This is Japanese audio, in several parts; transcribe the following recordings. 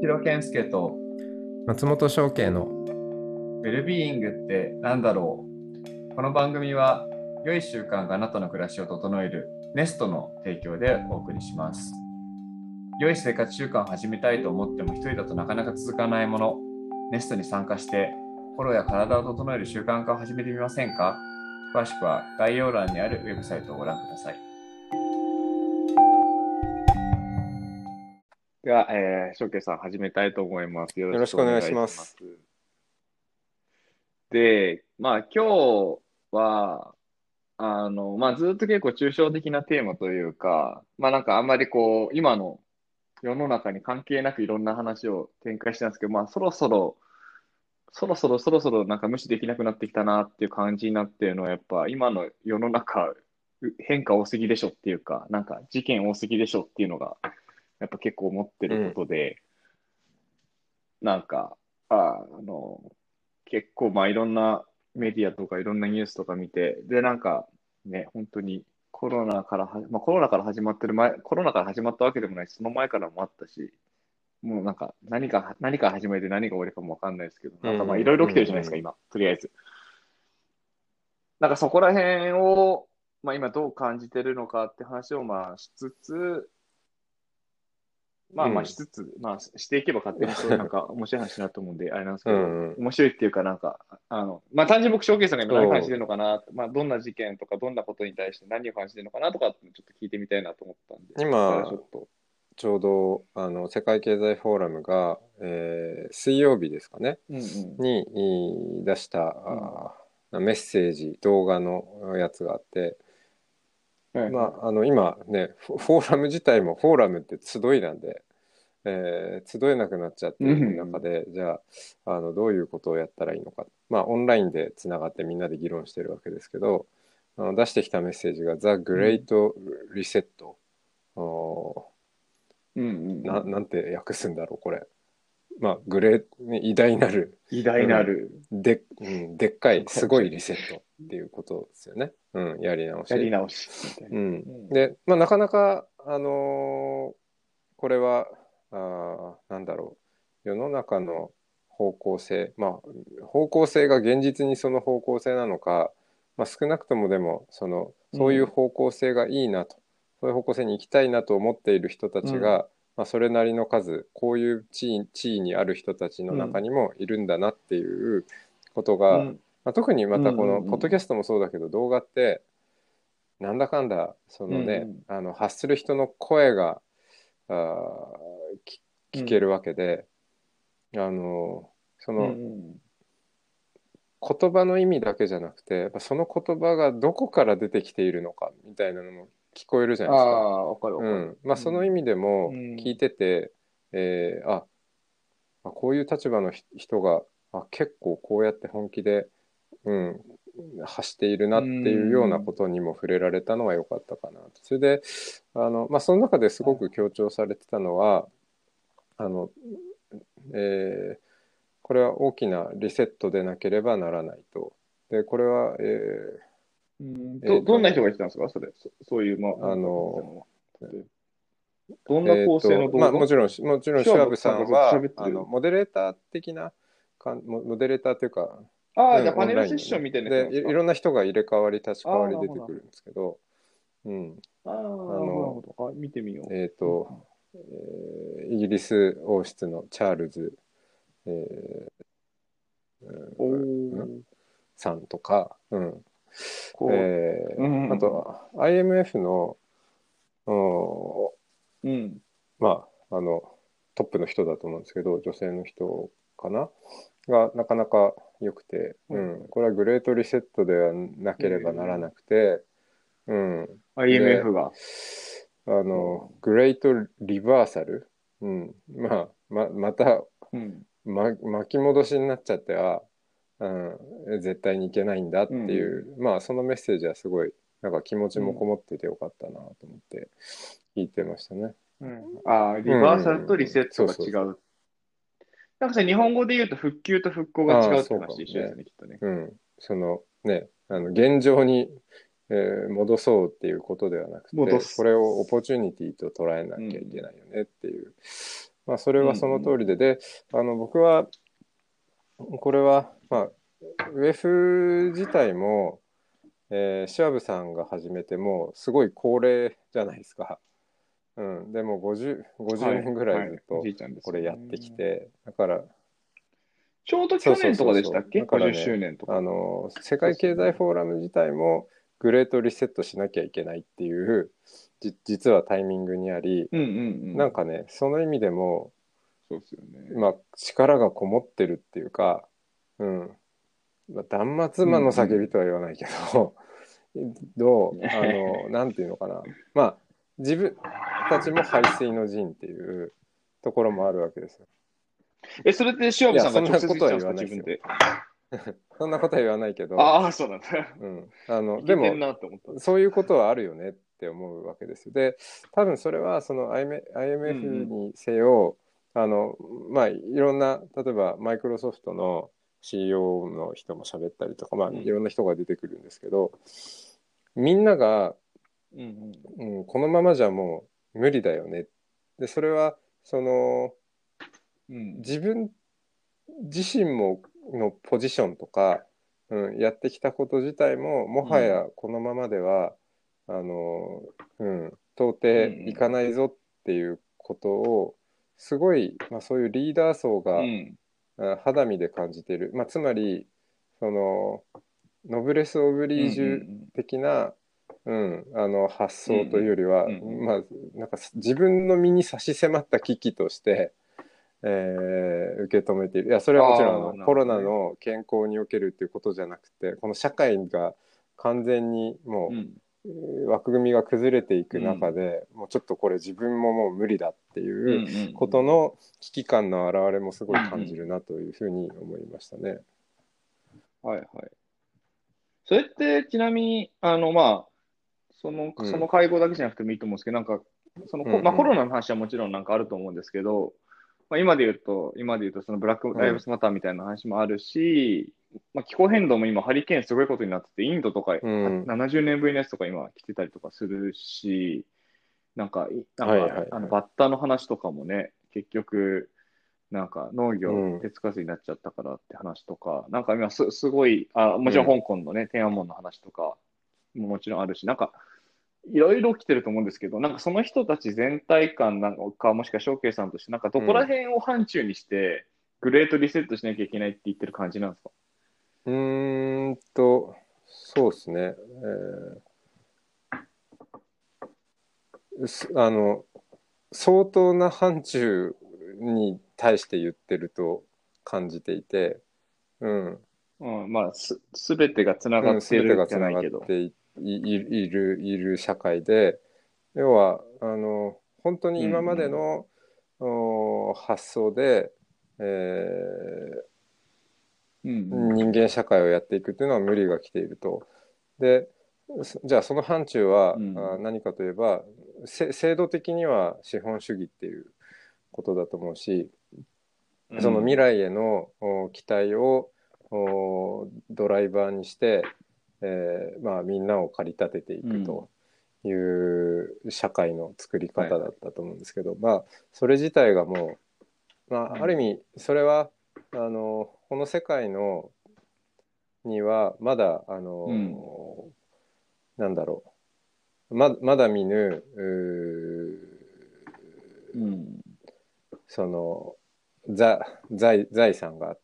ヒロケンスケと松本商家のウェルビーイングって何だろう。この番組は良い習慣があなたの暮らしを整えるネストの提供でお送りします。良い生活習慣を始めたいと思っても一人だとなかなか続かないもの、ネストに参加して心や体を整える習慣化を始めてみませんか？詳しくは概要欄にあるウェブサイトをご覧ください。では、翔慶さん始めたいと思います。よろしくお願いします。で、今日は、ずっと結構抽象的なテーマというか、なんかあんまり今の世の中に関係なくいろんな話を展開してたんですけど、そろそろなんか無視できなくなってきたなっていう感じになっているのは、やっぱ今の世の中、変化多すぎでしょっていうか、なんか事件多すぎでしょっていうのが、やっぱ結構思ってることで、なんか、結構いろんなメディアとかいろんなニュースとか見て、で、なんかね、本当にコロナから始まってるコロナから始まったわけでもないし、その前からもあったし、もうなんか何か始めて何が終わりかもわかんないですけど、なんかいろいろ起きてるじゃないですか、今、とりあえず。なんかそこら辺を、今どう感じてるのかって話をしつつ、していけば勝手にそういうなんか面白い話になると思うんで、あれなんですけど、面白いっていうかなんか、単純に僕、翔慶さんが今何感じてるのかな、どんな事件とかどんなことに対して何を感じてるのかなとかってちょっと聞いてみたいなと思ったんで、そこから今ちょっと。 ちょうど世界経済フォーラムが、水曜日ですかねうんに出したうん。 メッセージ動画のやつがあって、 はいはい。 今ねフォーラム自体もフォーラムって集いなんで、集えなくなっちゃってういる中ん。 で、じゃあどういうことをやったらいいのか、オンラインでつながってみんなで議論してるわけですけど、出してきたメッセージが The うん。 Great Reset、 うんうんうん。 なんて訳すんだろうこれ。グレー、偉大なる、 偉大うん、 なる、 でっかい、 そうかすごいもしれない。 リセットっていうことですよね。やり直し。 やり直し、みたいな。 で、なかなか、これは、なんだろう、世の中の方向性、方向性が現実にその方向性なのか、少なくともでも、そういううん。 方向性がいいなと、そういう方向性に行きたいなと思っている人たうん。 ちが、それなりの数、こういう地位にある人たちのうん。 中にもいるんだなっていうことが、 うん。 特にまたこのうん。 ポッドキャストもそうだけど動画ってなんだかんだそうん。 のね、 うん。 発する人の声があ聞けるうん。 わけで、そうのん。 言葉の意味だけじゃなくて、やっぱその言葉がどこから出てきているのかみたいなのも聞こえるじゃあないですか。 あ、わかるわかる。 その意味でも聞いてて、こういう立場の人が結構こうやって本気で、うん、発しているうなっていうようなん。 ことにも触れられたのは良かったかなと。それでその中ですごく強調されてたのはあの、えーこれは大きなリセットでなければならないと。でこれは、 どんな人が言ってたんですかそれ。そういう、なんか言ってたあののは。例えばどんな構成の動画もちろんシ手話もュワブさなんかずっとんは喋ってる。 モデレーター的なモデレーターというか、 ああ、じゃあパオネルセッンラインのね。 ションみたいなやつなでんですか？ いろんな人が入れ替わり立ち替わああ、 りなるほど。 出てくるんですけど、うん、 ああ、なるほど、なるあの、 ほど。あ、見てみよえっう。 と、イギリス王室のチャールズ、えおんお、 さんとか、 うん、 あと IMF の、おうん、 トップの人だと思うんですけど、女性の人かながなかなか良くて、 はいはこれはグレートリセットではない。 ければならなくて、で、 IMF が。 グレートリバーサル、また、 うん、 巻き戻しになっちゃっては、絶対にいけないんだっうん、 ていうん。 う、そのメッセージはすごい、なんか気持ちもこもっててよかったなと思って聞いてましたね。 ああ、リバーサルとリセットそうが違そうそう。 う。なんかさ、日本語で言うと復旧と復興が違ああ、 うってそうかもね。 話で一緒ですね、きっとね。 そのね、現状に、戻そうっていうことではなくて、こ戻す。 れをオポチュニティと捉えなうん、 きゃいけないよねっていう。 まあ、それうんうはその通りん。 で、僕は、これは、まあ、ウェフ自体も、シュワブさんが始めてもうすごい高齢じゃないですか。うん。でも50 はい、 年ぐらいはい。 ずっとおじいちゃんでこすよれやってきね。 て、だから、 ちょうどそうそう去年とかでしたそうそう。だっけ？ から 50 周ね、 年とか。 世界経済そうですよね。 フォーラム自体もグレートリセットしなきゃいけないっていう、実はタイミングにあり、 うんうんうん。 なんかね、その意味でも、 そうですよね。 まあ、力がこもってるっていうか、うん。まあ、断末う魔の叫びんとは言わないけど、どうん。 う、なんていうのかな。まあ、自分たちも背水の陣っていうところもあるわけですよ。 え、それって塩いや、 見さんがそん直接なことは言ってたんですか、 言わないですよ。 自分で？ そんなことは言わないけど、 ああ、そうなんだ。 うん。 いけてんでも、 なって思った。 そういうことはあるよねって思うわけですよ。で、多分それは、そのうんう IMF ん。 にせよ、まあ、いろんな、例えば、マイクロソフトの CEO の人も喋ったりとか、まあ、いうんろんな人が出てくるんですけど、みんなが、 うんこのままじゃもう無理だよね。で、それは、 うん。うん。 自分自身ものポジションとか、やってきたこと自体ももはうんやこのままでは到う底いかんないぞっていうことをすごい、まあ、そういうリーダー層がうん。 肌身で感じている、まあ、つまりそのノブレス・オブうんうリージュん的な、発うん。う想というよりは、 んうんまあ、なんか自分の身に差し迫った危機として受け止めている。いや、それはもちろんああ、なコロナるほどね。 の健康におけるっていうことじゃなくて、この社会が完全にもうん。 う枠組みが崩れていく中うん。 で、もうちょっとこれ自分ももう無理だっていううんうんことの危機感の表れもすごうん。うい感じるんなというふうに思いましたね。 うん。はいはい。それって、ちなみに、まあ、そのうん。 会合だけじゃなくてもいいと思うんですけど、なんか、まあ、コうんうん。 ロナの話はもちろんなんかあると思うんですけど、まあ、今で言うと、そのブラック・ライブズ・うん。 マターみたいな話もあるし、まあ、気候変動も今、ハリケーンすごいことになってて、インドとかうん。 70年ぶりのやつとか今来てたりとかするし、 はいはいはい。 バッタの話とかもね、結局、なんか農業うん。 手つかずになっちゃったからって話とか、なんか今すごい、もちろんうん。 香港のね、天安門の話とかももちろんあるし、なんかいろいろ起きてると思うんですけど、なんかその人たち全体感なんか、もしくは翔慶さんとして、なんかどこらうん。 辺を範疇にして、グレートリセットしなきゃいけないって言ってる感じなんですか？ うそうですね。すあの、相当な範疇に対して言ってると感じていて、うん、 うん、まあ、すべてがつながって全てるじゃがつながっないけど。 ている社会で、要は、本当にうんう今までん。 の発想で、 うん人間社会をやっていくっていうのは無理が来ていると。で、じゃあその範疇はうん。 何かといえば、制度的には資本主義っていうことだと思うし、 うん。うその未ん。 来への期待をドライバーにして、まあ、みんなを駆り立てていうん。 くという社会の作りはいはい。 方だったと思うんですけど、まあ、それ自体がもう、まあ、ある意うん。 味それはこの世界にはまだうん。 なんだろまだ見ぬうん。 その財産があって、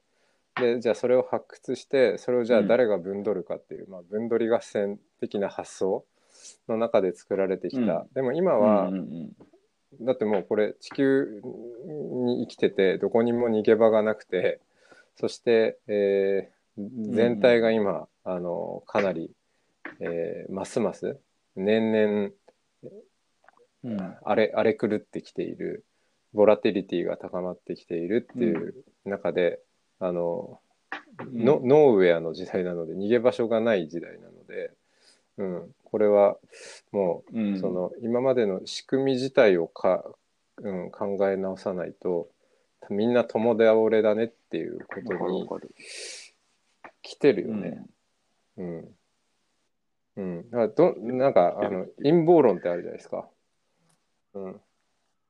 でじゃあそれを発掘してそれをじゃあうん。 誰が分取るかっていう、まあ、分取り合戦的な発想の中で作られてきた。 うん。 でも今うん。 はうん。 だってもうこれ地球に生きててどこにも逃げ場がなくて、そして、 うん。う全体がん。 今かなり、ますます年々 うん。 荒れ狂ってきている、ボラティリティが高まってきているっうん。 ていう中で、あのうん。 ノーウェアの時代なので、逃げ場所がない時代なので、これはもううそのん。 今までの仕組み自体を考え直さないと、みんな共倒れだねっていうこわとにかるわかる。 来てるよね。 うん。 うん。うん。だからなんか来てる来てる。 陰謀論ってあるじゃないですか。うん。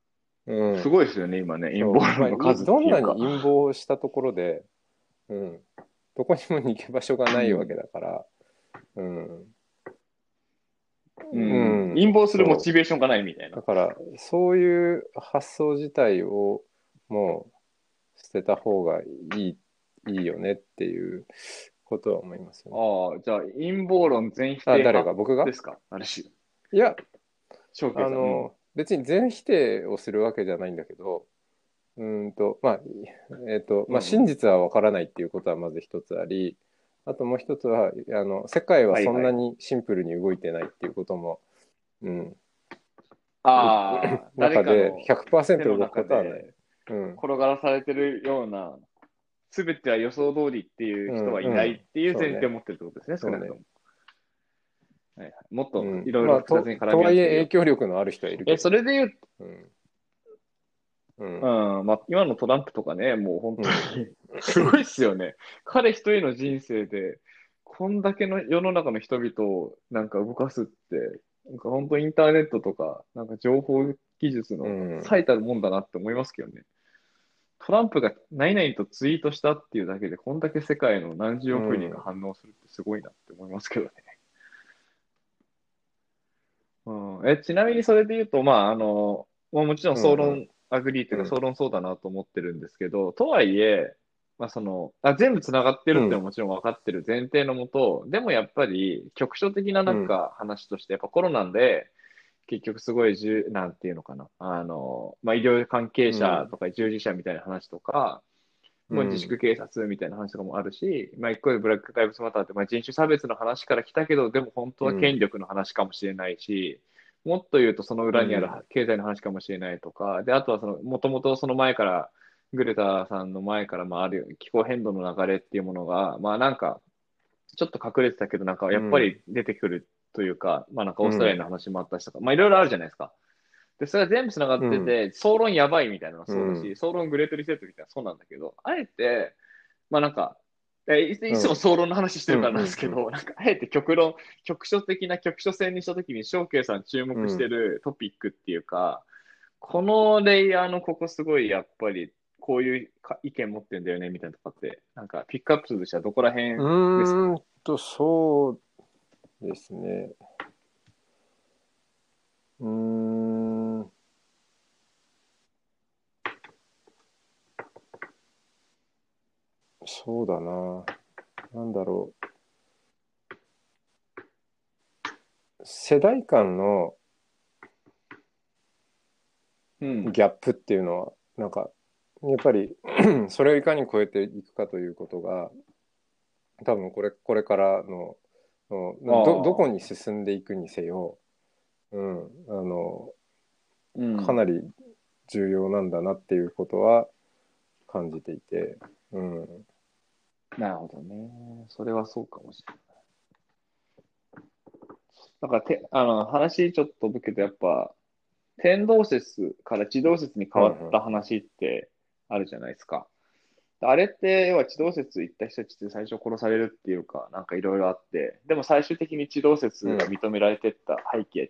うん。 すごいですよね、今ね、陰そう。 謀まあ、 論の数っどんなにていうか。 陰謀したところで、うん。どこにも逃げ場所がないわけうん。 だから、うん。 ううん。 ん。 陰謀するモそう。 チベーションがないみたいな。 だから、そういう発想自体をもう捨てた方がいいよねっていうことは思いますよね。 ああ、じゃあ陰謀論全否定あ、誰派が僕が？ ですかある種。 いや、 翔慶さん。うん。 別に全否定をするわけじゃないんだけど、まあ、まあ、真うんうん。 実はわからないっていうことはまず一つあり、あともう一つは、世界はそんなはいはい。 にシンプルに動いてないっていうことも、うん、 ああ、誰中でかの手 100% の動くことはない。 中でうん、 転がらされてるような、すべては予想通りっていう人うん、 はいないうん、 っていうそうね、 前提を持ってるってことですね、少そうね。 なくとも。はいはい、もっうん。 といろいろまあ、 複雑に絡とはいえ影み合ってるよ。 響力のある人はいるけそどね。 れで言う、 うん、うん、 うん、まあ、今のトランプとかね、もう本当うん、 にすごいっすよね。彼一人の人生で、こんだけの世の中の人々をなんか動かすって、なんか本当インターネットとか、なんか情報技術うのん、 最たるもんだなって思いますけどね。トランプが何々とツイートしたっていうだけで、こんだけ世界の何十う億人がん、 反応するってすごいなって思いますけどね。うん、ちなみにそれで言うと、まあ、まあ、もちろんうん、うん、 総論アグリーというかうん、 総論そうだなと思ってるんですけど、とはいえ、まあ、全部つながってるっていうのはもちろん分かってる前提のもと、でもやっぱり局所的ななんうん、 か話として、やっぱコロナで結局すごいなんていうのかな、まあ、医療関係うん、 者とか従事者みたいな話とか、もう自粛うん、 警察みたいな話とかもあるし、まあ、一個でブラック・ライブズ・マターって、まあ、人種差別の話から来たけど、でも本当は権うん、 力の話かもしれないし、もっと言うとその裏にあるうん、 経済の話かもしれないとか、で、あとはもともとその前から、グレタさんの前から、まあ、ある気候変動の流れっていうものが、まあなんか、ちょっと隠れてたけど、なんかやっぱり出てくるというか、まあなんかオーストラリアの話もあったしとか、まあいろいろあるじゃないですか。で、それは全部繋がうん、 ってて、総論やばいみたいなのはそうだし、 うん、 総論グレートリセットみたいなのはそうなんだけど、あえて、まあなんか、いつもうん、 総論の話してうん、 るからなんですうん、 けど、なんかあえて極論、局所的な局所線にしたときに、翔慶さん注目してうん、 るトピックっていうか、このレイヤーのここすごいやっぱり、こういう意見持ってんだよねみたいなとかって、なんかピックアップするとしたらどこら辺ですか？ そうですね。うーん、そうだな。なんだろう。世代間のうん。 ギャップっていうのは、なんか、やっぱりそれをいかに超えていくかということが、多分これからの、 あどこにあ。 進んでいくにせよ、うん、 うん。 かなり重要なんだなっていうことは感じていて、うん、 なるほどね。それはそうかもしれない。なんか話ちょっと飛ぶけど、やっぱ、天動説から地動説に変わったうん、 話ってあるじゃないですか。あれって、要は地動説行った人たちって最初殺されるっていうか、なんかいろいろあって、でも最終的に地動説がうん、 認められてった背景って、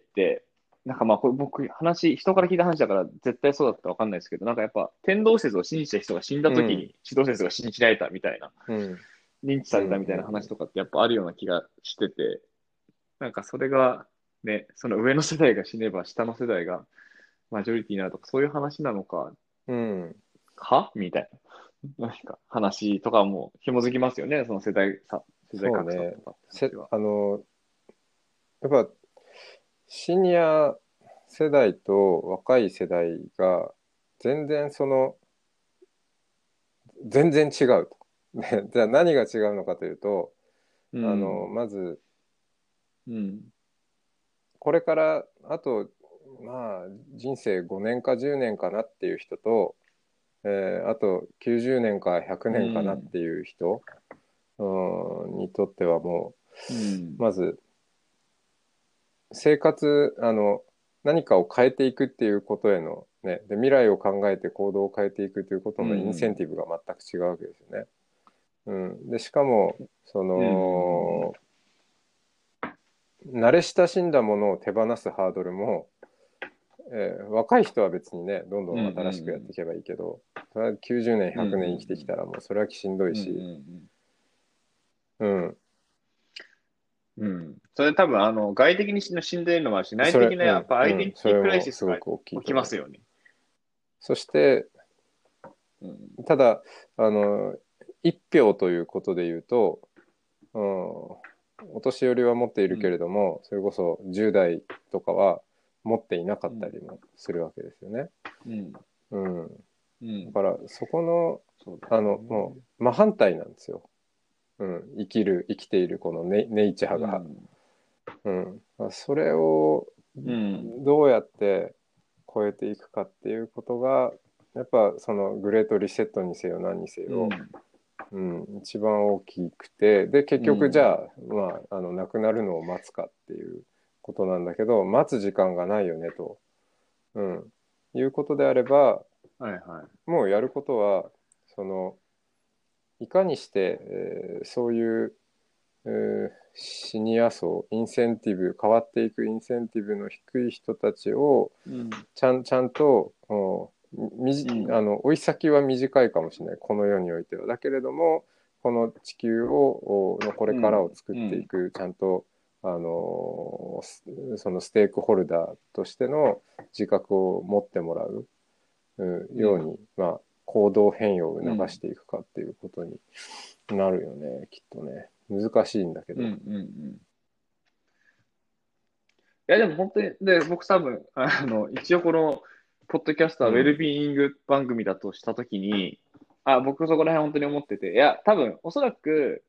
なんかまあこれ僕人から聞いた話だから絶対そうだったらわかんないですけど、なんかやっぱ天動説を信じた人が死んだうん、 時に地動説が信じられたみたいな、 うん、 認知うん、 されたみたいな話とかってやっぱあるような気がしてて、なんかそれがね、その上の世代が死ねば下の世代がマジョリティになるとか、そういう話なのか、 うん、 みたいな。なんか話とかも紐づきますよね。その世代格差そうね。 とかって話は。 やっぱシニア世代と若い世代が全然全然違うと。でじゃあ何が違うのかというと、 うん。 まずうん。 これからあとまあ人生5年か10年かなっていう人と、あと90年か100 う年かなっん。 ていう人、にとってはもうん。 うまず生活何かを変えていくっていうことへのね、で未来を考えて行動を変えていくということうのインセンん。 ティブが全く違うわけですよね。うん、でしかもうん。 慣れ親しんだものを手放すハードルも若い人は別にねどんどうんん新しくやっうんていけばいいけど、それは90年うん。うん 100年生きてきたらもうそれはしんどいうんし、 うんうん、 うん。うん。それ多分、外的に死んでるのもあるし、内それ、 的なやっぱアイデンティティクライそれもシスが起すごく大きいと思う。 きますよね。 そしてうん。 ただ一票ということで言うと、うん、お年寄りは持っているけれうん。 ども、それこそ10代とかは持っていなかうん。 ったりもするわけですよね。 うん。 うん、 うん。 だからそこのそうだよね。 もう真反対なんですよ。うん、生きているこのネイチャーが、 うん。 うん、それをうん。 どうやって超えていくかっていうことがやっぱそのグレートリセットにせよ何にせよ、 うん。 うん、一番大きくて、で結うん。 局じゃあ、亡くなるのを待つかっていうことなんだけど、待つ時間がないよねと、うん、いうことであれば、 はいはい。 もうやることはそのいかにして、そういう、シニア層インセンティブ変わっていくインセンティブの低い人たちをうん。 ちゃんとみじうん。 追い先は短いかもしれないこの世においては。だけれどもこの地球のこれからをうん。 作っうん。 ていくちゃんとそのステークホルダーとしての自覚を持ってもらう、ように、行動変容をうん。 促していくかっていうことになるよね、きっとね。難しいんだけうん。 ど。 うん。いや、でも本当に、で、僕多分、一応この、ポッドキャストはウェルうん、 ビーイング番組だとしたときに、僕そこら辺本当に思ってて、いや、多分、おそらく、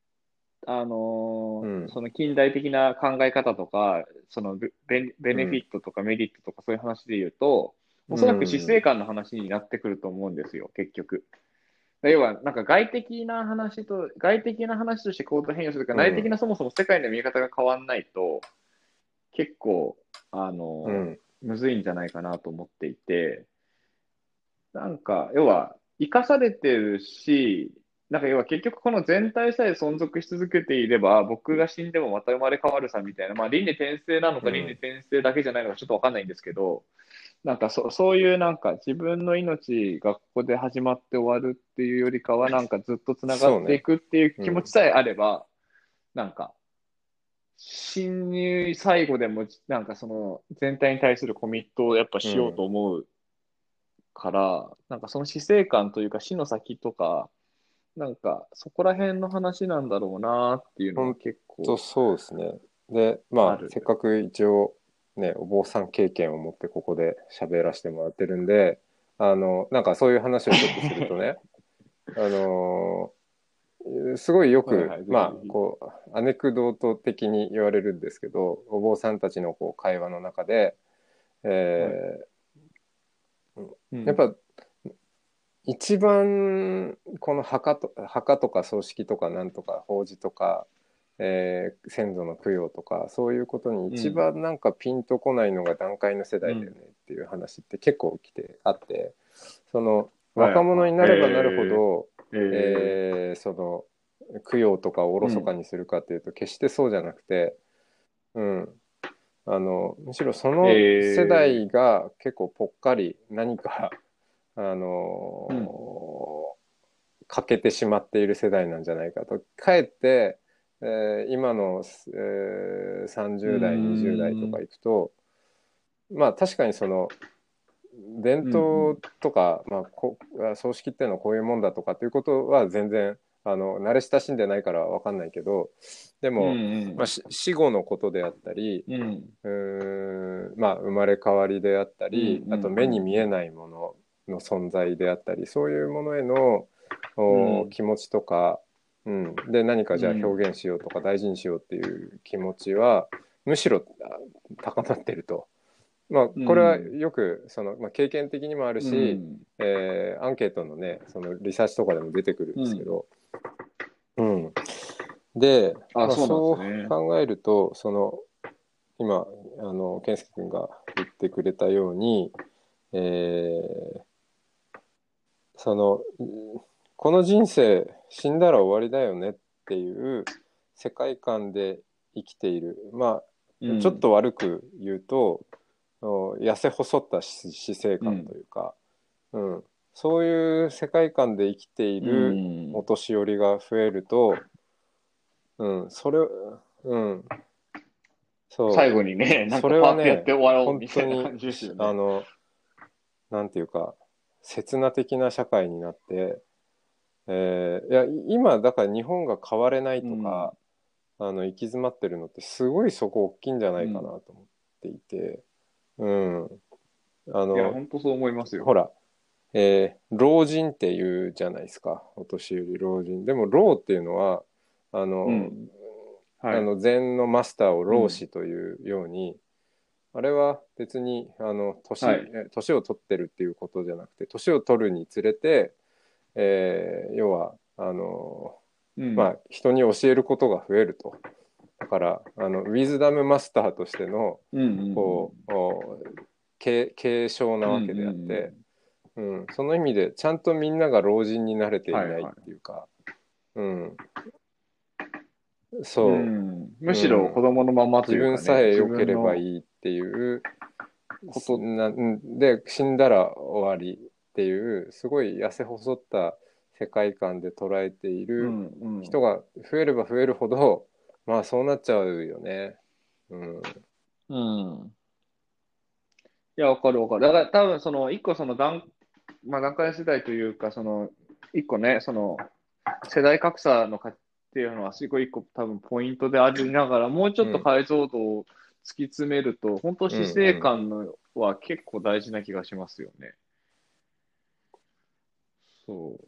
うん、 その近代的な考え方とか、そのベうん、 ネフィットとかメリットとかそういう話で言うと、おうそらく死生ん、 観の話になってくると思うんですよ、結局。要は、なんか外的な話として行動変容するか、 うん、 内的なそもそも世界の見方が変わんないと、結構、あの、 うん、 むずいんじゃないかなと思っていて、なんか、要は、生かされてるし、なんか要は結局この全体さえ存続し続けていれば、僕が死んでもまた生まれ変わるさみたいな、まあ輪廻転生なのか輪廻うん、 転生だけじゃないのかちょっとわかんないんですけど、なんかそういうなんか自分の命がここで始まって終わるっていうよりかは、なんかずっとつながそうね。 っていくっていううん、 気持ちさえあれば、なんか侵入最後でもなんかその全体に対するコミットをやっぱしよううん。 と思うから、なんかその死生観というか死の先とか、なんかそこら辺の話なんだろうなっていうのはほん結構とそうですね。で、せっある。 かく一応ね、お坊さん経験を持ってここで喋らせてもらってるんで、なんかそういう話をちょっとするとね、あのすごいよく、 はいはい、ぜひぜひ。 こう、アネクドート的に言われるんですけど、お坊さんたちのこう会話の中で、 はい。 えうん。 やっぱ一番この墓とか葬式とかなんとか法事とか、先祖の供養とかそういうことに一うん。 番なんかピンとこないのが団塊の世うん。 代だよねっていう話って結構起きてあって、そのはい若者にはい。 なればなるほど、 えその供養とかをおろそかうん。 にするかっていうと決してそうじゃなくて、うん、むしろその世え代が結構ぽっかり何かうん。 欠けてしまっている世代なんじゃないかと。かえって、今の、 うー 30代、20代とかん。 行くと、確かにその伝うん。うん。 統とか、葬式っていうのはこういうもんだとかっていうことは全然慣れ親しんでないから分かんないけど、でうん。 も、 うん。 死後のことであったり、 うん。 生まれ変わりであったうん。 り、あとうん。 目に見えないものの存在であったり、そういうものへのうん。 気持ちとか、で何かじゃあうん。 表現しようとか大事にしようっていう気持ちはむしろ高まってると。 うこれはん。 よく経験的にもあるうし、 ん。 アンケートのね、そのリサーチとかでも出てくるんうん。 ですけど、うん、で、 あ、そうなんですそうね。 考えると、今健介君が言ってくれたように、えーそのこの人生死んだら終わりだよねっていう世界観で生きている、ちょっうん。 と悪く言うと痩せ細った死生観というか、そういう世界観で生きているお年寄りが増えると、それ、うん、 最そ後にね、 う、そなんかれはね、 パーってやって終わろう本みた当にいな感じですよね。 なんていうか、刹那的な社会になって、いや、今、だから日本が変われないうん。 とか、行き詰まってるのってすごいそこ大きいんじゃないかなうん。 と思っていて、うん。あいや、 の、 本当そう思いますよ。 ほら、老人っていうじゃないですか、お年寄り老人。でも老っていうのは、あの、 うん。はい。 禅のマスターをうん。 老子というように、あれは別にはい。 年を取ってるっていうことじゃなくて、年を取るにつれて、要はうん。 人に教えることが増えると。だからウィズダムマスターとしてのうん。 こう継承なうん。うん。 わけであっうん。 て、その意味でちゃんとみんなが老人になれていないっはいはい。 ていうか、うん、 うそん。 う、 むしろ子供のままと自分いうかね、自さえ良ければ分のいいっていうこと、 で死んだら終わりっていうすごい痩せ細った世界観で捉えているうん。うん。 人が増えれば増えるほどまあそうなっちゃうよね。うん。 うん。いや、わかるわかる。だから多分その、一個そのまあ、段階世代というか、その、一個ね、その、世代格差のっていうのは、すごい一個多分ポイントでありながら、もうちょっとうん解像度を突き詰めると、本当う死生ん観のは結構大事な気がしますよね。そう。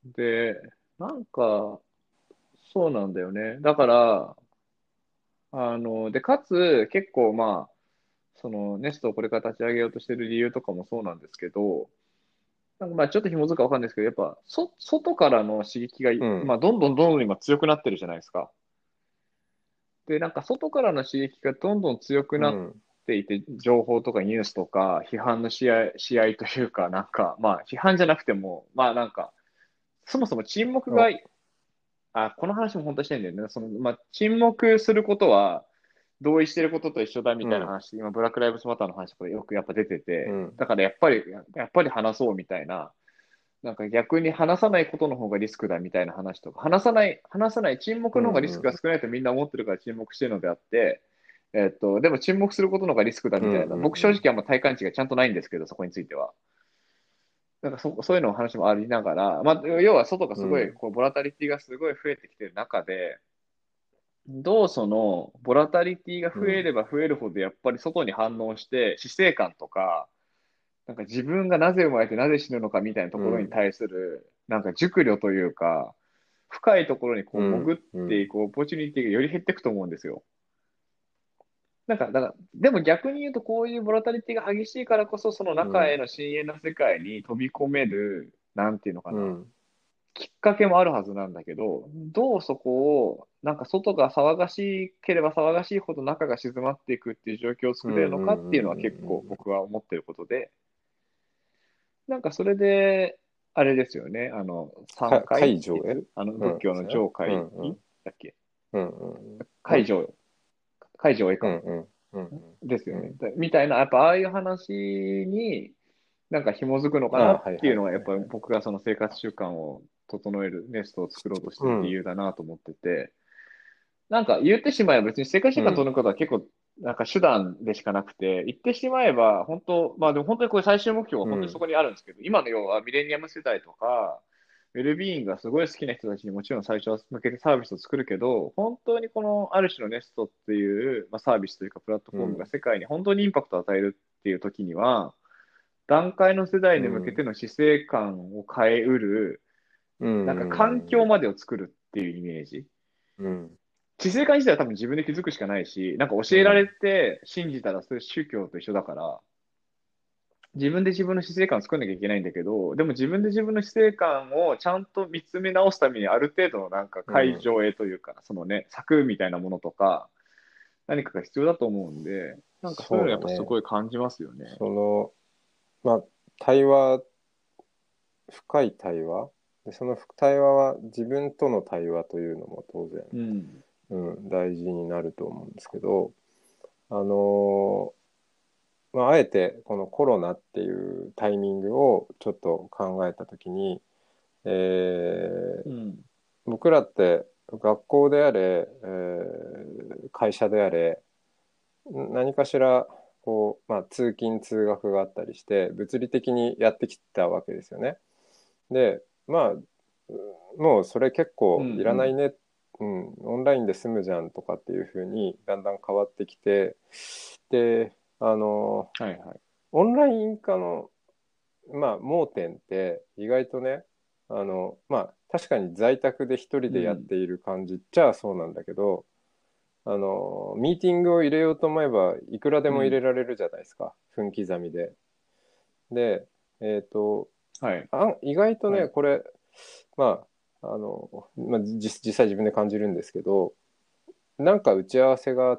で、なんか、そうなんだよね。だから、で、かつ、結構まあ、そのネストをこれから立ち上げようとしてる理由とかもそうなんですけど、なんかまあちょっと紐づくかわかんないですけど、やっぱ外からの刺激が、 うんまあ、どんどんどんどん今強くなってるじゃないですか。で、なんか外からの刺激がどんどん強くなっうんていて、情報とかニュースとか批判の試合というか、なんか、まあ批判じゃなくても、まあなんか、そもそも沈黙が、 おこの話も本当にしてんだよね。その、まあ沈黙することは同意してることと一緒だみうんたいな話、今ブラックライブズマターの話とかよくやっぱ出てて、 うんだからやっぱり話そうみたいな、なんか逆に話さないことの方がリスクだみたいな話とか、話さない沈う黙の方がリスクがんうん少ないとみんな思ってるから沈黙してるのであって、でも沈黙することの方がリスクだうんみたいな、僕うん正直あんま体感値がちゃんとないんですけど、そこについては。なんかそういうの話もありながら、まあ、要は外がすごい、 うんこう、ボラタリティがすごい増えてきてる中で、どうその、ボラタリティが増えうんれば増えるほど、やっぱり外に反応して、死生観とか、なんか自分がなぜ生まれてなぜ死ぬのかみたいなところにうん対する、なんか熟慮というか、深いところにこうう潜っんうんていくオポチュニティがより減っていくと思うんですよ。なんか、だから、でも逆に言うと、こういうボラタリティが激しいからこそ、その中へうんの深淵の世界に飛び込める、なんていうのかな、 うんきっかけもあるはずなんだけど、どうそこを、なんか外が騒がしければ騒がしいほど中が静まっていくっていう状況をうん作れるのかっうんていうのは結構うん僕は思ってることで、なんかそれで、あれですよね、三回解除へ、 律うん仏教の上う界んうんだっけうんうんうん解除、解除へか。 うんうんうんですよね。 うんみたいな、やっぱああいう話になんか紐づくのかなっああはいはいていうのは、やっぱりはいはい僕がその生活習慣を整えるネストを作ろうとしてる理うん由だなと思ってて、なんか言ってしまえば別に生活習慣取うんることは結構なんか手段でしかなくて、言ってしまえば本当、まあでも本当にこれ最終目標は本当にそうんこにあるんですけど、今の要はミレニアム世代とか、ウェルビーイングがすごい好きな人たちにもちろん最初は向けてサービスを作るけど、本当にこのある種のネストっていう、まあ、サービスというかプラットフォームがうん世界に本当にインパクトを与えるっていう時には、段階の世代に向けてうんの死生観を変えうる、 うなんか環境んまでを作るっていうイメージ。 うん死生観自体は多分自分で気づくしかないし、なんか教えられうんて信じたらそれ宗教と一緒だから、自分で自分の死生観を作んなきゃいけないんだけど、でも自分で自分の死生観をちゃんと見つめ直すためにある程度のなんか解うん除へというか、そのね、策みたいなものとか、何かが必要だと思うんで、なんかそういうのやっぱすそうだね。 ごい感じますよね。 そのまあ対話、深い対話で、その対話は自分との対話というのも当然、 うん。 大事になると思うんですけど、あのまあ、あえてこのコロナっていうタイミングをちょっと考えたときに、えーうん。 僕らって学校であれ、会社であれ、何かしらこう、まあ、通勤通学があったりして物理的にやってきたわけですよね。で、まあ、もうそれ結うん。 構いらうん。 ないね、うん、オンラインで済むじゃんとかっていうふうにだんだん変わってきて、で、 はいはい。 オンライン化の、まあ、盲点って意外とね、まあ、確かに在宅で一人でやっうん。 ている感じっちゃそうなんだけど、ミーティングを入れようと思えばいくらでも入れうん。 られるじゃないですか、分刻みで。で、えっと、 はい。 意外とね、 はい。 これ、ままあ、実際自分で感じるんですけど、なんか打ち合わせがあって、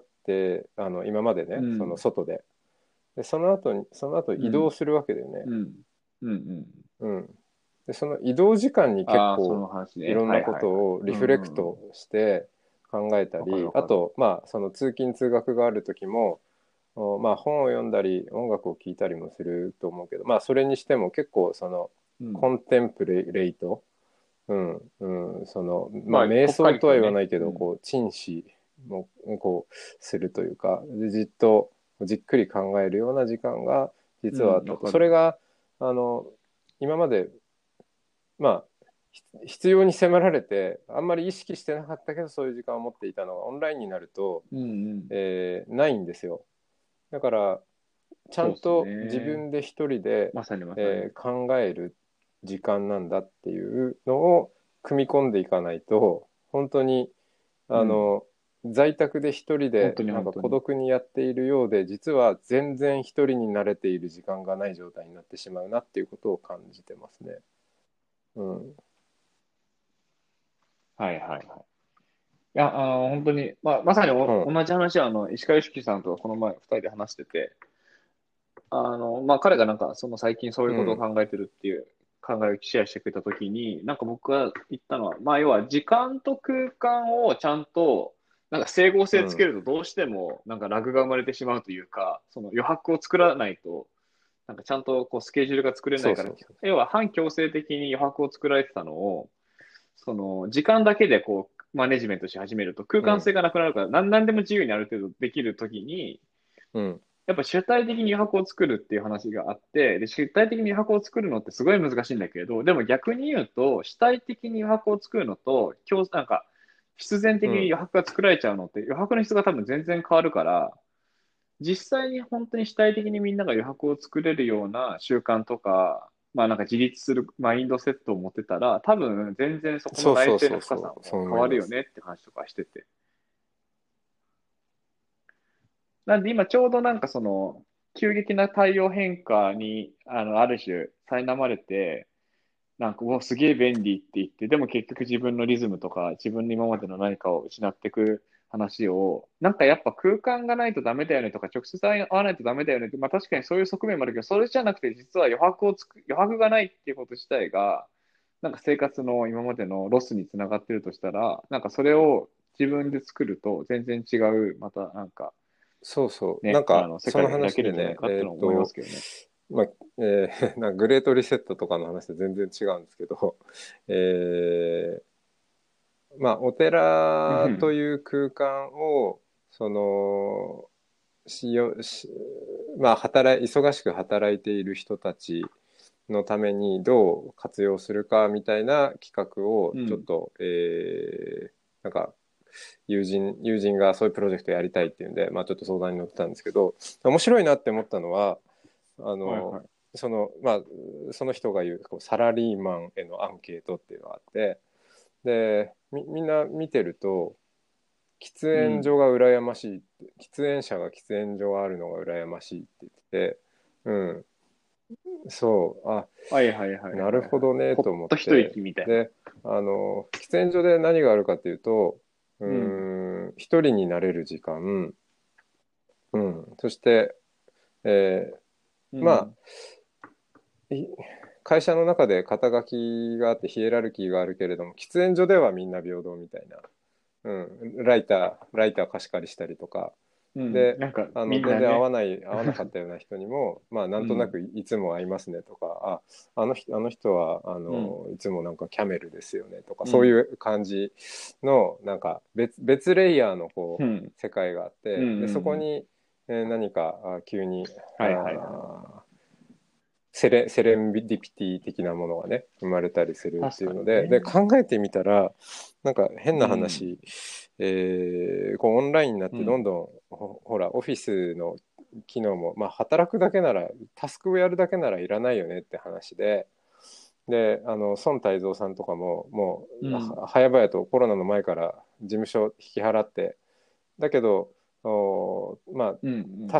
今までね、そのうん。 外で。で、その後移動うん。 するわけだよね。 うん。うん。うん。 うん。で、その移動時間に結ああ、そ構の話ね。 いろんなこはいはいはい。 とをリうフレクん。うん。 トして考えたわかるり、 わかる。 あと、まあ、その通勤通学がある時も、まあ、本を読んだり音楽を聴いたりもすると思うけど、まあ、それにしても結構そのうん。 コンテンプレイト、その、まあ、 まあ、 瞑ぽっか想とはりとね。 言わないけど、 うん。 こう、沈思も、こう、するというか、でじっと、じっくり考えるような時間が実はあっうん。 たと。 わかる。 それが、あの、今まで、まあ、必要に迫られて、あんまり意識してなかったけど、そういう時間を持っていたのが、オンラインになると、 うんうん。 ないんですよ。だから、ちゃんそうっすと自ね。 分で一人で、 まさにまさに。 考える時間なんだっていうのを組み込んでいかないと、本当に、 うん。 あの、在宅で一人で本当になんか孤本当に。 独にやっているようで、実は全然一人に慣れている時間がない状態になってしまうなっていうことを感じてますね。うん。 はいはいはい。いや、本当に、まあ、まさにうん。 同じ話は、石川良樹さんとこの前、二人で話してて、まあ、彼がなんか、その最近そういうことをうん。 考えてるっていう考えをシェアしてくれたときに、なんか僕が言ったのは、まあ、要は時間と空間をちゃんと、なんか整合性つけうん。 るとどうしても、なんかラグが生まれてしまうというか、その余白を作らないと、なんかちゃんとこうスケジュールが作れないから、 そうそうそう。 要は反強制的に余白を作られてたのを、その時間だけでこうマネジメントし始めると空うん。 間性がなくなるから何でも自由にある程度できるときに、 うん。 やっぱ主体的に余白を作るっていう話があって、で、主体的に余白を作るのってすごい難しいんだけれど、でも逆に言うと、主体的に余白を作るのと、なんか、必然的にうん。 余白が作られちゃうのって、余白の質が多分全然変わるから、実際に本当に主体的にみんなが余白を作れるような習慣とか、まあなんか自立するマインドセットを持ってたら、多分全然そこのそうそう内省のそうそう。 深さそうも変わる思います。 よねって話とかしてて。なんで今ちょうどなんかその、急激な太陽変化に、ある種、苛まれて、なんか、すげえ便利って言って、でも結局自分のリズムとか、自分の今までの何かを失っていく話を、なんかやっぱ空間がないとダメだよねとか、直接会わないとダメだよねって、まあ確かにそういう側面もあるけど、それじゃなくて実は余白がないっていうこと自体が、なんか生活の今までのロスにつながってるとしたら、なんかそれを自分で作ると全然違う、またなんかそうそう。なんね、 か、その世界が開け話でね、 るんじゃないかってのは思いますけどね。 まあ、なんかグレートリセットとかの話と全然違うんですけど、えまあ、お寺とうん。 いう空間を、その、しよし、まあ、忙しく働いている人たちのためにどう活用するかみたいな企画をうん。 ちょっと、なんか友人がそういうプロジェクトやりたいっていうんで、まあ、ちょっと相談に乗ってたんですけど、面白いなって思ったのは、あの、 はいはい。 まあ、その人が言うこうサラリーマンへのアンケートっていうのがあって、で、みんな見てると、喫うん。 煙所が羨ましいって、喫煙者が喫煙所があるのが羨ましいって言ってて、うん、そう、 はいはいはいはいなるほはい。 どねとほっと一思って、 息みたいな。 で、喫煙所で何があるかっていうと、 うん。 一人になれる時間、うん、そして、えまあ、 うん。 会社の中で肩書きがあってヒエラルキーがあるけれども、喫煙所ではみんな平等みたいな、ライター貸し借りしたりとか、 うん。 で、 なんか、みん全然なね。 合わなかったような人にも、まあ、なんとなうん。 くいつも会いますねとか、あの人は、 うん。 いつもなんかキャメルですよねとか、 うん。 そういう感じの、なんか別レイヤーのこう、 うん。 世界があっうん。 て、で、そうん。 こに、何か急に、 はいはいはい。 セレンディピティ的なものがね、生まれたりするって確かいうので、 にね。 考えてみたら、なんか変うん。 な話、こうオンラインになってうん。 どんどん、ほら、オフィスの機能も、まあ、働くだけなら、タスクをやるだけならいらないよねって話で、で、孫泰造さんとかも、もう、 うん。 早々とコロナの前から事務所引き払って、だけど、まあ、 うん。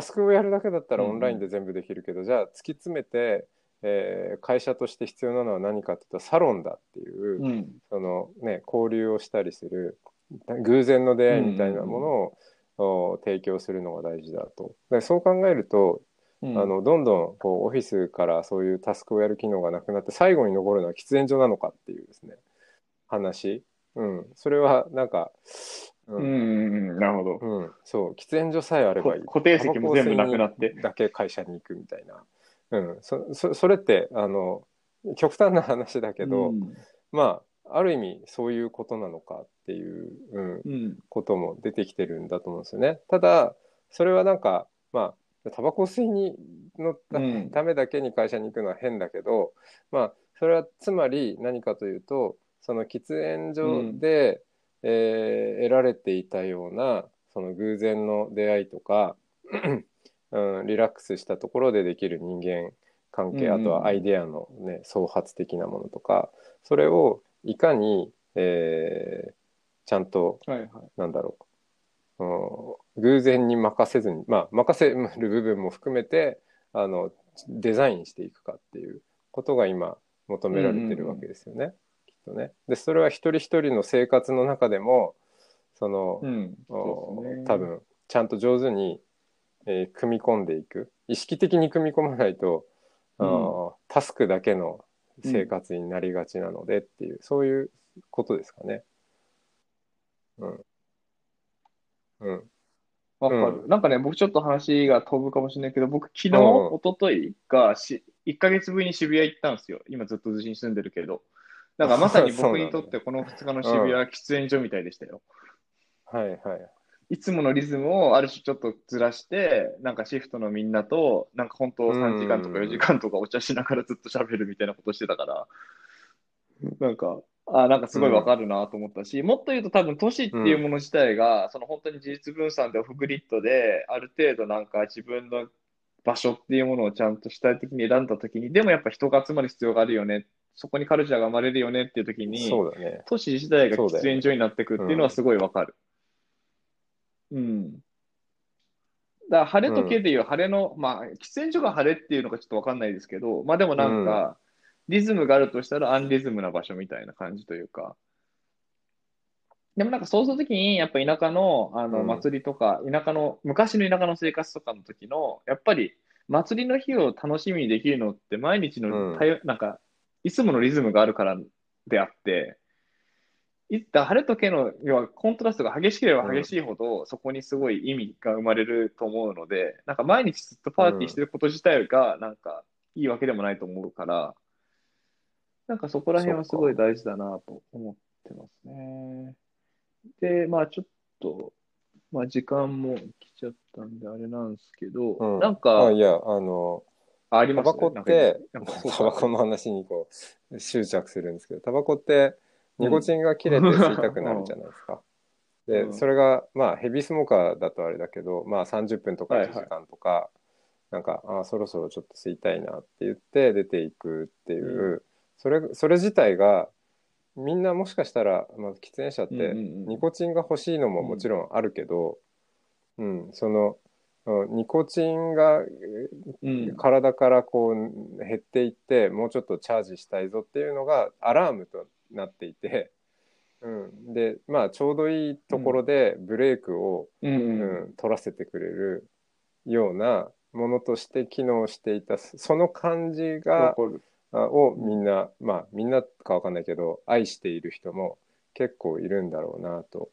タスクをやるだけだったうん。 らオンラインうん。 で全部できるけど、じゃあ突き詰めて、会社として必要なのは何かっていうとサロンだっていう、 うん。 そのね、交流をしたりする偶然の出うん。 会いみたいなもうん。 のを提供するのが大事だと。でそう考えると、 うん。 どんどんこうオフィスからそういうタスクをやる機能がなくなって最後に残るのは喫煙所なのかっていうですね、話。うん、それはなんか、ううん、 ん。なるほど。 うん、そう、喫煙所さえあればいい。 固定タバコを席も全部吸いになくなって。 だけ会社に行くみたいな。うん、それって、極端な話だけど、 うん。 まあ、ある意味そういうことなのかっていう、 うん。 ことも出てきてるんだと思うんですよね。ただ、それはなんか、まあ、タバコ吸いにのうん。 ためだけに会社に行くのは変だけど、まあ、それはつまり何かというと、その喫煙所うん。 で、得られていたようなその偶然の出会いとか、リラックスしたところでできる人間関うん。 係、あとはアイうん。 デアの、ね、創発的なものとか、それをいかに、ちゃんと、 はいはい。 なんだろう、偶然に任せずに、まあ、任せる部分も含めてあのデザインしていくかっていうことが今求うん。うめられてるわけん。 ですよね、きっとね。で、それは一人一人の生活の中でも、その、 うん。うん。そうですね。 多分ちゃんと上手に、組み込んでいく。意識的に組み込まないと、 うん。 タスクだけの生うん。 活になりがちなのでっていう、そういうことですかね。うん。うん。 わかる。 うん。 なんかね、僕ちょっと話が飛ぶかもしれないけど、僕昨日、 うん。 一昨日が1ヶ月ぶりに渋谷行ったんですよ。今ずっと逗子に住んでるけど。だからまさにそう僕なんだ。 にとってこの2日のうん。 渋谷は喫煙所みたいでしたよ。 はいはい。 いつものリズムをある種ちょっとずらして、なんかシフトのみんなと、なんか本当う 3時間とか4 ん。 時間とかお茶しながらずっと喋るみたいなことしてたから、なんか、なんかすごいわかうん。 るなと思ったし、もっと言うと多分都市っうん。 ていうもの自体が、その本当に事実分散でオフグリッドで、ある程度なんか自分の場所っていうものをちゃんと主体的に選んだときに、でもやっぱ人が集まる必要があるよね、そこにカルチャーが生まれるよねっていうときに、 そうだね。 都市自体が喫そうだよね。 煙所になっていくっうん。 ていうのはすごいわかる。うん。だから晴れと毛うん。 でいう晴れの、まあ、喫煙所が晴れっていうのかちょっとわかんないですけど、まあでもうん。 なんか、リズムがあるとしたらアンリズムな場所みたいな感じというか、でもなんかそうするときに、やっぱ田舎の、 うん。 祭りとか、田舎の、昔の田舎の生活とかの時の、やっぱり祭りの日を楽しみにできるのって毎日のうん。 なんか、いつものリズムがあるからであって、晴れと毛の、要はコントラストが激しければうん。 激しいほど、そこにすごい意味が生まれると思うので、なんか毎日ずっとパーティーしうん。 てること自体が、なんかいいわけでもないと思うから、なんかそこら辺はすごいそっか。 大事だなと思ってますね。で、まあちょっと、まあ時間も来ちゃったんであれなんですけど、 うん。 なんか、 いや、 ありますタバコっなんか今、 て、 なんかそうか。 タバコの話にこう、執着するんですけど、タバコってニコうん。 チンが切れて吸いたくなるじゃないですか。で、そうん。 れが、まあ、ヘビースモーカーだとあれだけど、まあ、30分とか1 はいはい。 時間とか、なんか、そろそろちょっと吸いたいなって言って出ていくっていうん。 う、それ自体が、みんなもしかしたら、まあ、喫煙者っうんうてんニコチンが欲しいのもうん。うもちん。 ろんあるけど、うん、ニコチンがうん。 体からこう減っていって、もうちょっとチャージしたいぞっていうのがアラームとなっていて、うん、で、まあ、ちょうどいいところうん。 でブレークを、 うん。 取らせてくれるようなものとして機能していた、その感じが、 わかる。 をうん。 みんな、まあ、みんなかわかんないけど、愛している人も結構いるんだろうなと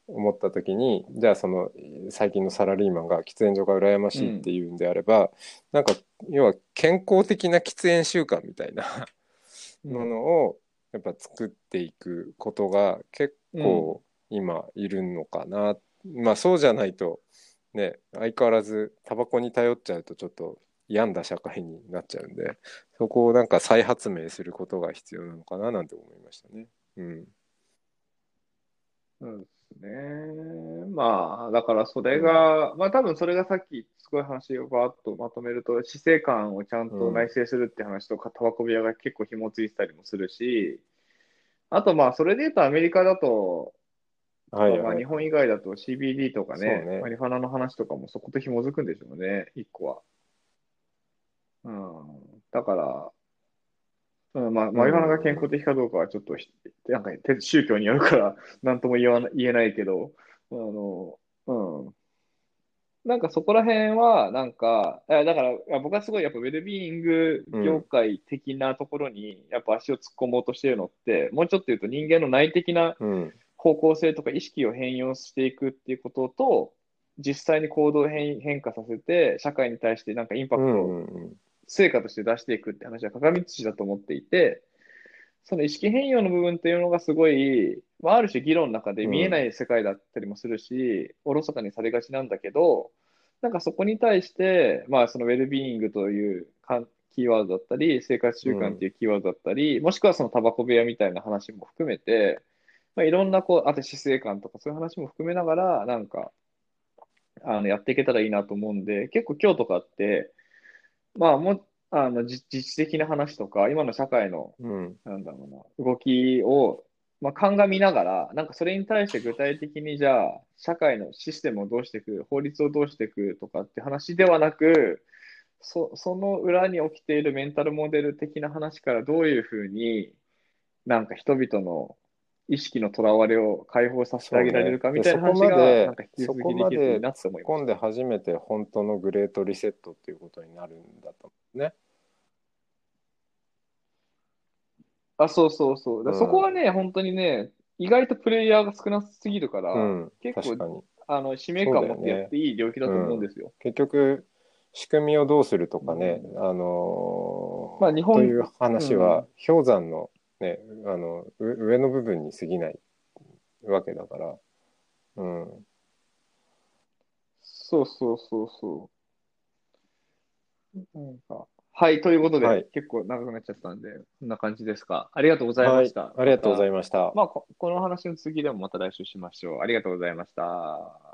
思った時に、じゃあその最近のサラリーマンが喫煙所が羨ましいっていうんであれば、なんか要は健康的な喫煙習慣みたいなものをやっぱ作っていくことが結構今いるのかな。まあそうじゃないとね、相変わらずタバコに頼っちゃうとちょっと病んだ社会になっちゃうんで、そこをなんか再発明することが必要なのかななんて思いましたね。うん。 そうですね。まあ、だからそれうん。 が、まあ多分それがさっきすごい話をバーッとまとめると、死生観をちゃんと内うん。 省するって話とか、タバコ部屋が結構紐付いてたりもするし、あとまあそれで言うとアメリカだと、とかまあ日はいはいはい。 本以外だと CBD とかね、 そうね。 マリファナの話とかもそこと紐づくんでしょうね、一個は。うん。だから、うん、まあ、 うんマリファナがうんうん。 健康的かどうかはちょっとなんか宗教によるからなんとも言えないけど、うん。なんかそこら辺は、なんか、だから、僕はすごいやっぱウェルビーイング業うん界的なところにやっぱ足を突っ込もうとしているのって、もうちょっと言うと人間の内的なうん方向性とか意識を変容していくっていうことと、実際に行動を変化させて、社会に対してなんかインパうクトをんうん成果として出していくって話は鏡土だと思っていて、その意識変容の部分っていうのがすごい、まあ、ある種議論の中で見えなうんい世界だったりもするし、おろそかにされがちなんだけど、なんかそこに対して、まあそのウェルビーイングというキーワードだったり、生活習慣っていうキーワードだったり、もしくはそのタバコ部屋みたいな話も含めて、まあ、いろんなこう、あと死生観とかそういう話も含めながら、なんか、やっていけたらいいなと思うんで、結構今日とかって、まあもう、実質的な話とか、今の社会のうんなんだろうな、動きを、まあ、鑑みながら、なんかそれに対して具体的にじゃあ、社会のシステムをどうしていく、法律をどうしていくとかって話ではなく、その裏に起きているメンタルモデル的な話からどういうふうになんか人々の意識のとらわれを解放させてあげられそうね。で、 るかみたいなそこ話が、なんまで、 か引きそ続きできるといいこまでなって突っ込んで思いました。 初めて本当のグレートリセットっていうことになるんだと思うね。 あ、そうそうそう。 うそこはん。 ね、本当にね、意外とプレイヤーが少なすぎるから、 うん。 結構、 確かに。 使命そう感を持ってやっだよね。 ていい領域だと思うんうん。 ですよ。 結局、仕組みをどうするとかね、 うん。まあ、日本、 といううん。 話は、氷山のね、上の部分に過ぎないわけだから。うん。 そうそうそうそう。なんか、はい、ということで、 はい。 結構長くなっちゃったんで、こんな感じですか。ありがとうございはい。 ました。 ありがとうござまた、 いました。 まあ、この話の次でもまた来週しましょう。ありがとうございました。